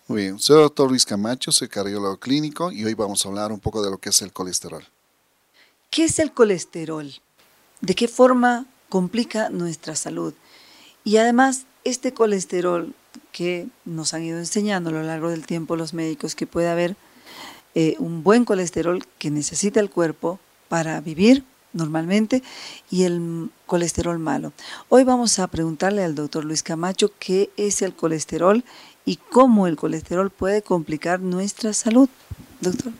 Muy bien, soy el doctor Luis Camacho, soy cardiólogo clínico y hoy vamos a hablar un poco de lo que es el colesterol. ¿Qué es el colesterol? ¿De qué forma complica nuestra salud? Y además, este colesterol que nos han ido enseñando a lo largo del tiempo los médicos, que puede haber un buen colesterol que necesita el cuerpo para vivir normalmente y el colesterol malo. Hoy vamos a preguntarle al doctor Luis Camacho qué es el colesterol y cómo el colesterol puede complicar nuestra salud. Doctor.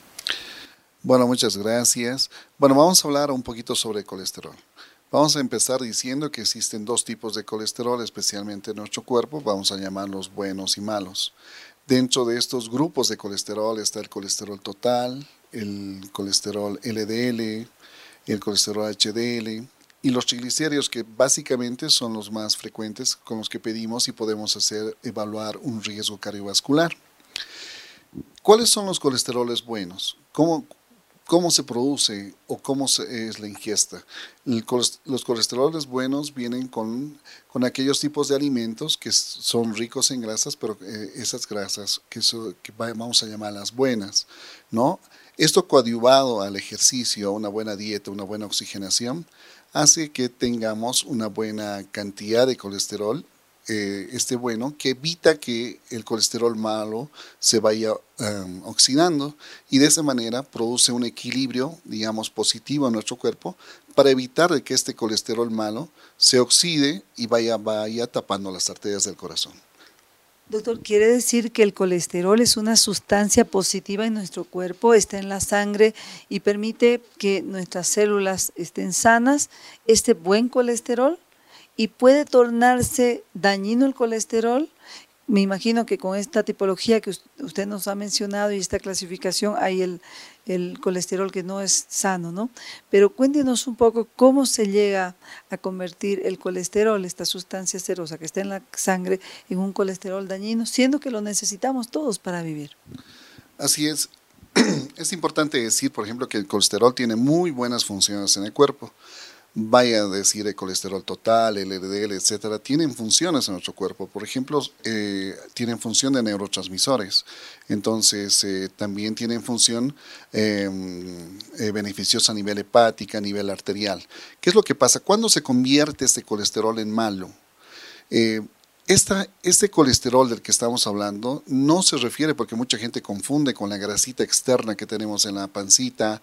Bueno, muchas gracias. Bueno, vamos a hablar un poquito sobre el colesterol. Vamos a empezar diciendo que existen dos tipos de colesterol, especialmente en nuestro cuerpo, vamos a llamarlos buenos y malos. Dentro de estos grupos de colesterol está el colesterol total, el colesterol LDL, el colesterol HDL y los triglicéridos, que básicamente son los más frecuentes con los que pedimos y podemos evaluar un riesgo cardiovascular. ¿Cuáles son los colesteroles buenos? ¿Cómo se produce o es la ingesta? Los colesteroles buenos vienen con aquellos tipos de alimentos que son ricos en grasas, pero esas grasas que vamos a llamarlas buenas, ¿no? Esto coadyuvado al ejercicio, a una buena dieta, una buena oxigenación, hace que tengamos una buena cantidad de colesterol bueno, que evita que el colesterol malo se vaya oxidando y de esa manera produce un equilibrio, digamos, positivo en nuestro cuerpo para evitar de que este colesterol malo se oxide y vaya tapando las arterias del corazón. Doctor, ¿quiere decir que el colesterol es una sustancia positiva en nuestro cuerpo, está en la sangre y permite que nuestras células estén sanas, este buen colesterol? ¿Y puede tornarse dañino el colesterol? Me imagino que con esta tipología que usted nos ha mencionado y esta clasificación hay el colesterol que no es sano, ¿no? Pero cuéntenos un poco cómo se llega a convertir el colesterol, esta sustancia cerosa que está en la sangre, en un colesterol dañino, siendo que lo necesitamos todos para vivir. Así es. Es importante decir, por ejemplo, que el colesterol tiene muy buenas funciones en el cuerpo. Vaya a decir el colesterol total, el LDL, etcétera, tienen funciones en nuestro cuerpo. Por ejemplo, tienen función de neurotransmisores. Entonces, también tienen función beneficiosa a nivel hepática, a nivel arterial. ¿Qué es lo que pasa? ¿Cuándo se convierte este colesterol en malo? Eh, este colesterol del que estamos hablando no se refiere, porque mucha gente confunde con la grasita externa que tenemos en la pancita,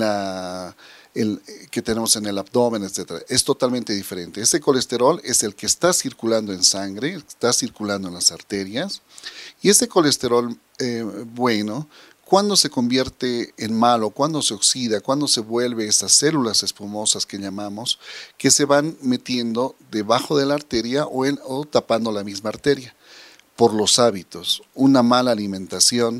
que tenemos en el abdomen, etcétera. Es totalmente diferente. Este colesterol es el que está circulando en sangre, está circulando en las arterias, y este colesterol bueno, cuando se convierte en malo, cuando se oxida, cuando se vuelve estas células espumosas que llamamos, que se van metiendo debajo de la arteria o tapando la misma arteria, por los hábitos, una mala alimentación,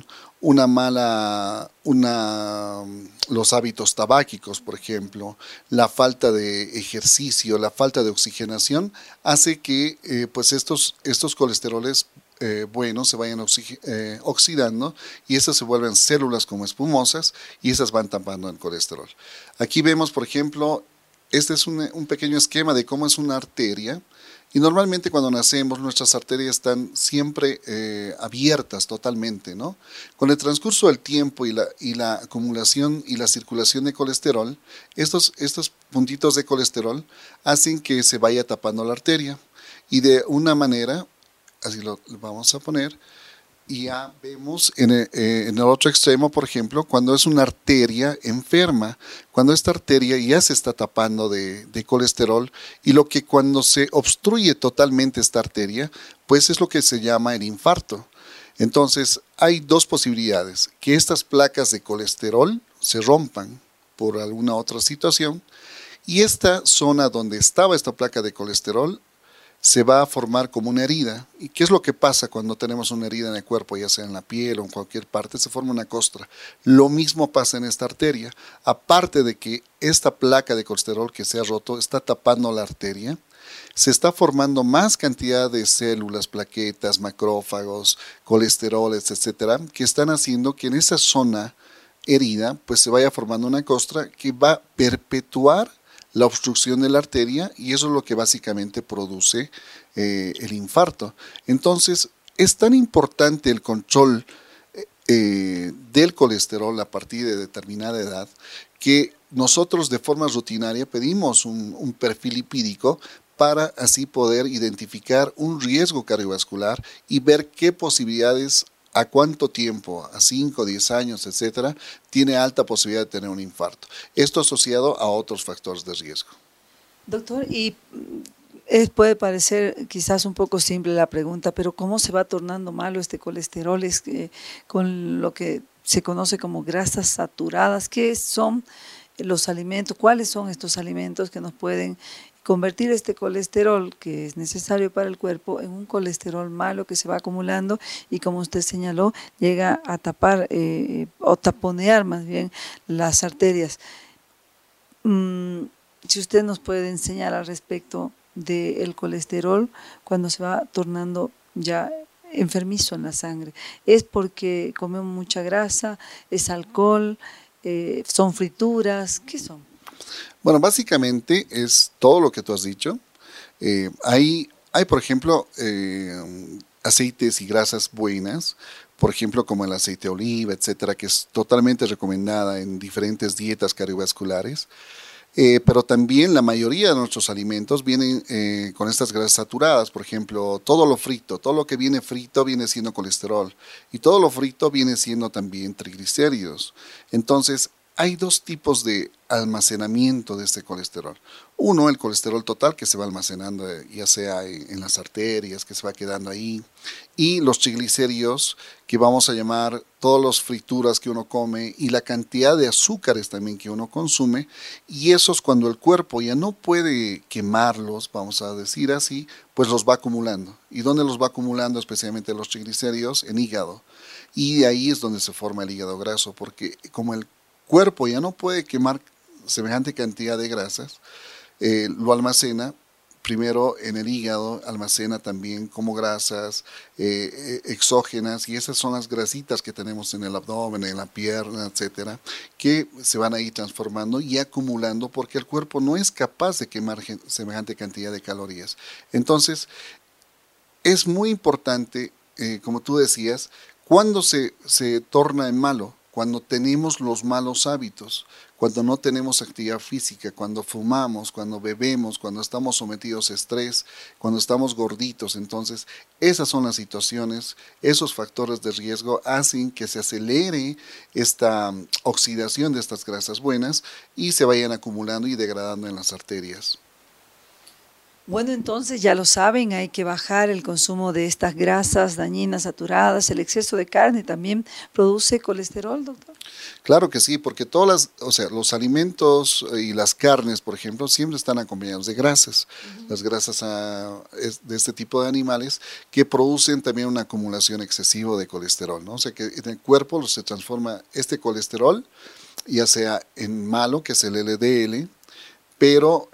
los hábitos tabáquicos, por ejemplo, la falta de ejercicio, la falta de oxigenación, hace que pues estos colesteroles buenos se vayan oxidando y esas se vuelven células como espumosas y esas van tapando el colesterol. Aquí vemos, por ejemplo, este es un pequeño esquema de cómo es una arteria. Y normalmente cuando nacemos nuestras arterias están siempre abiertas totalmente, ¿no? Con el transcurso del tiempo y la acumulación y la circulación de colesterol, estos puntitos de colesterol hacen que se vaya tapando la arteria. Y de una manera, así lo vamos a poner, y ya vemos en el otro extremo, por ejemplo, cuando es una arteria enferma, cuando esta arteria ya se está tapando de colesterol y lo que cuando se obstruye totalmente esta arteria, pues es lo que se llama el infarto. Entonces, hay dos posibilidades: que estas placas de colesterol se rompan por alguna otra situación y esta zona donde estaba esta placa de colesterol se va a formar como una herida. ¿Y qué es lo que pasa cuando tenemos una herida en el cuerpo, ya sea en la piel o en cualquier parte? Se forma una costra. Lo mismo pasa en esta arteria. Aparte de que esta placa de colesterol que se ha roto está tapando la arteria, se está formando más cantidad de células, plaquetas, macrófagos, colesteroles, etcétera, que están haciendo que en esa zona herida pues se vaya formando una costra que va a perpetuar la obstrucción de la arteria y eso es lo que básicamente produce el infarto. Entonces, es tan importante el control del colesterol a partir de determinada edad que nosotros de forma rutinaria pedimos un perfil lipídico para así poder identificar un riesgo cardiovascular y ver qué posibilidades, a cuánto tiempo, a 5, 10 años, etcétera, tiene alta posibilidad de tener un infarto. Esto asociado a otros factores de riesgo. Doctor, y puede parecer quizás un poco simple la pregunta, pero ¿cómo se va tornando malo este colesterol? Es que con lo que se conoce como grasas saturadas, ¿qué son los alimentos? ¿Cuáles son estos alimentos que nos pueden convertir este colesterol que es necesario para el cuerpo en un colesterol malo que se va acumulando y, como usted señaló, llega a tapar o taponear más bien las arterias? Si usted nos puede enseñar al respecto del colesterol cuando se va tornando ya enfermizo en la sangre, ¿es porque comemos mucha grasa, es alcohol, son frituras? ¿Qué son? Bueno, básicamente es todo lo que tú has dicho. Hay, por ejemplo, aceites y grasas buenas, por ejemplo, como el aceite de oliva, etcétera, que es totalmente recomendada en diferentes dietas cardiovasculares. Pero también la mayoría de nuestros alimentos vienen con estas grasas saturadas. Por ejemplo, todo lo frito, todo lo que viene frito viene siendo colesterol y todo lo frito viene siendo también triglicéridos. Entonces, hay dos tipos de almacenamiento de este colesterol. Uno, el colesterol total, que se va almacenando ya sea en las arterias, que se va quedando ahí, y los triglicéridos, que vamos a llamar todas las frituras que uno come y la cantidad de azúcares también que uno consume, y esos, cuando el cuerpo ya no puede quemarlos, vamos a decir así, pues los va acumulando. ¿Y dónde los va acumulando? Especialmente los triglicéridos, en hígado. Y ahí es donde se forma el hígado graso, porque como el cuerpo ya no puede quemar semejante cantidad de grasas, lo almacena primero en el hígado, almacena también como grasas exógenas, y esas son las grasitas que tenemos en el abdomen, en la pierna, etcétera, que se van a ir transformando y acumulando porque el cuerpo no es capaz de quemar semejante cantidad de calorías. Entonces, es muy importante, como tú decías, cuando se torna en malo, cuando tenemos los malos hábitos, cuando no tenemos actividad física, cuando fumamos, cuando bebemos, cuando estamos sometidos a estrés, cuando estamos gorditos. Entonces, esas son las situaciones, esos factores de riesgo hacen que se acelere esta oxidación de estas grasas buenas y se vayan acumulando y degradando en las arterias. Bueno, entonces ya lo saben, hay que bajar el consumo de estas grasas dañinas, saturadas. El exceso de carne también produce colesterol, doctor. Claro que sí, porque o sea, los alimentos y las carnes, por ejemplo, siempre están acompañados de grasas. Las grasas de este tipo de animales que producen también una acumulación excesiva de colesterol, ¿no? O sea que en el cuerpo se transforma este colesterol, ya sea en malo, que es el LDL, pero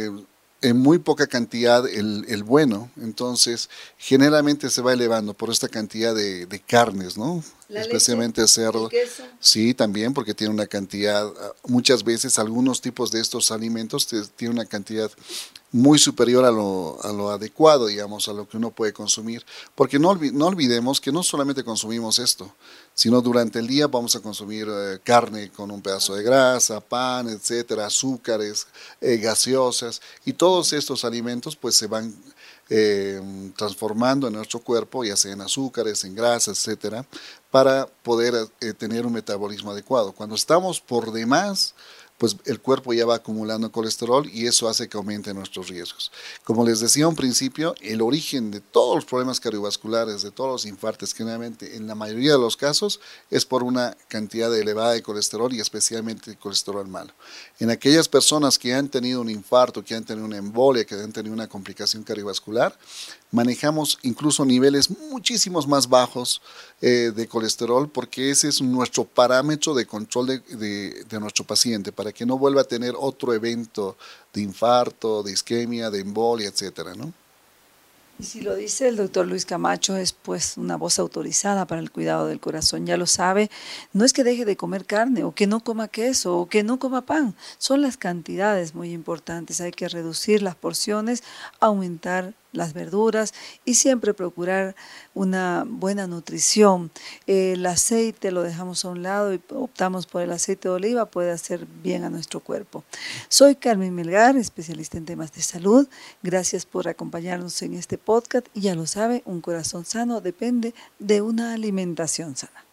en muy poca cantidad el bueno. Entonces, generalmente se va elevando por esta cantidad de carnes, ¿no? La Especialmente leche, cerdo. el queso. Sí, también, porque tiene una cantidad, muchas veces algunos tipos de estos alimentos tienen una cantidad muy superior a lo adecuado, digamos, a lo que uno puede consumir. Porque no olvidemos que no solamente consumimos esto, sino durante el día vamos a consumir carne con un pedazo de grasa, pan, etcétera, azúcares, gaseosas, y todos estos alimentos pues se van transformando en nuestro cuerpo, ya sea en azúcares, en grasas, etcétera, para poder tener un metabolismo adecuado. Cuando estamos por demás, pues el cuerpo ya va acumulando colesterol y eso hace que aumenten nuestros riesgos. Como les decía a un principio, el origen de todos los problemas cardiovasculares, de todos los infartos, generalmente en la mayoría de los casos, es por una cantidad elevada de colesterol y especialmente el colesterol malo. En aquellas personas que han tenido un infarto, que han tenido una embolia, que han tenido una complicación cardiovascular, manejamos incluso niveles muchísimos más bajos de colesterol, porque ese es nuestro parámetro de control de nuestro paciente, para que no vuelva a tener otro evento de infarto, de isquemia, de embolia, etcétera, ¿no? Y si lo dice el doctor Luis Camacho, es pues una voz autorizada para el cuidado del corazón, ya lo sabe. No es que deje de comer carne, o que no coma queso, o que no coma pan. Son las cantidades muy importantes. Hay que reducir las porciones, aumentar las verduras y siempre procurar una buena nutrición. El aceite lo dejamos a un lado y optamos por el aceite de oliva, puede hacer bien a nuestro cuerpo. Soy Carmen Melgar, especialista en temas de salud. Gracias por acompañarnos en este podcast y ya lo sabe, un corazón sano depende de una alimentación sana.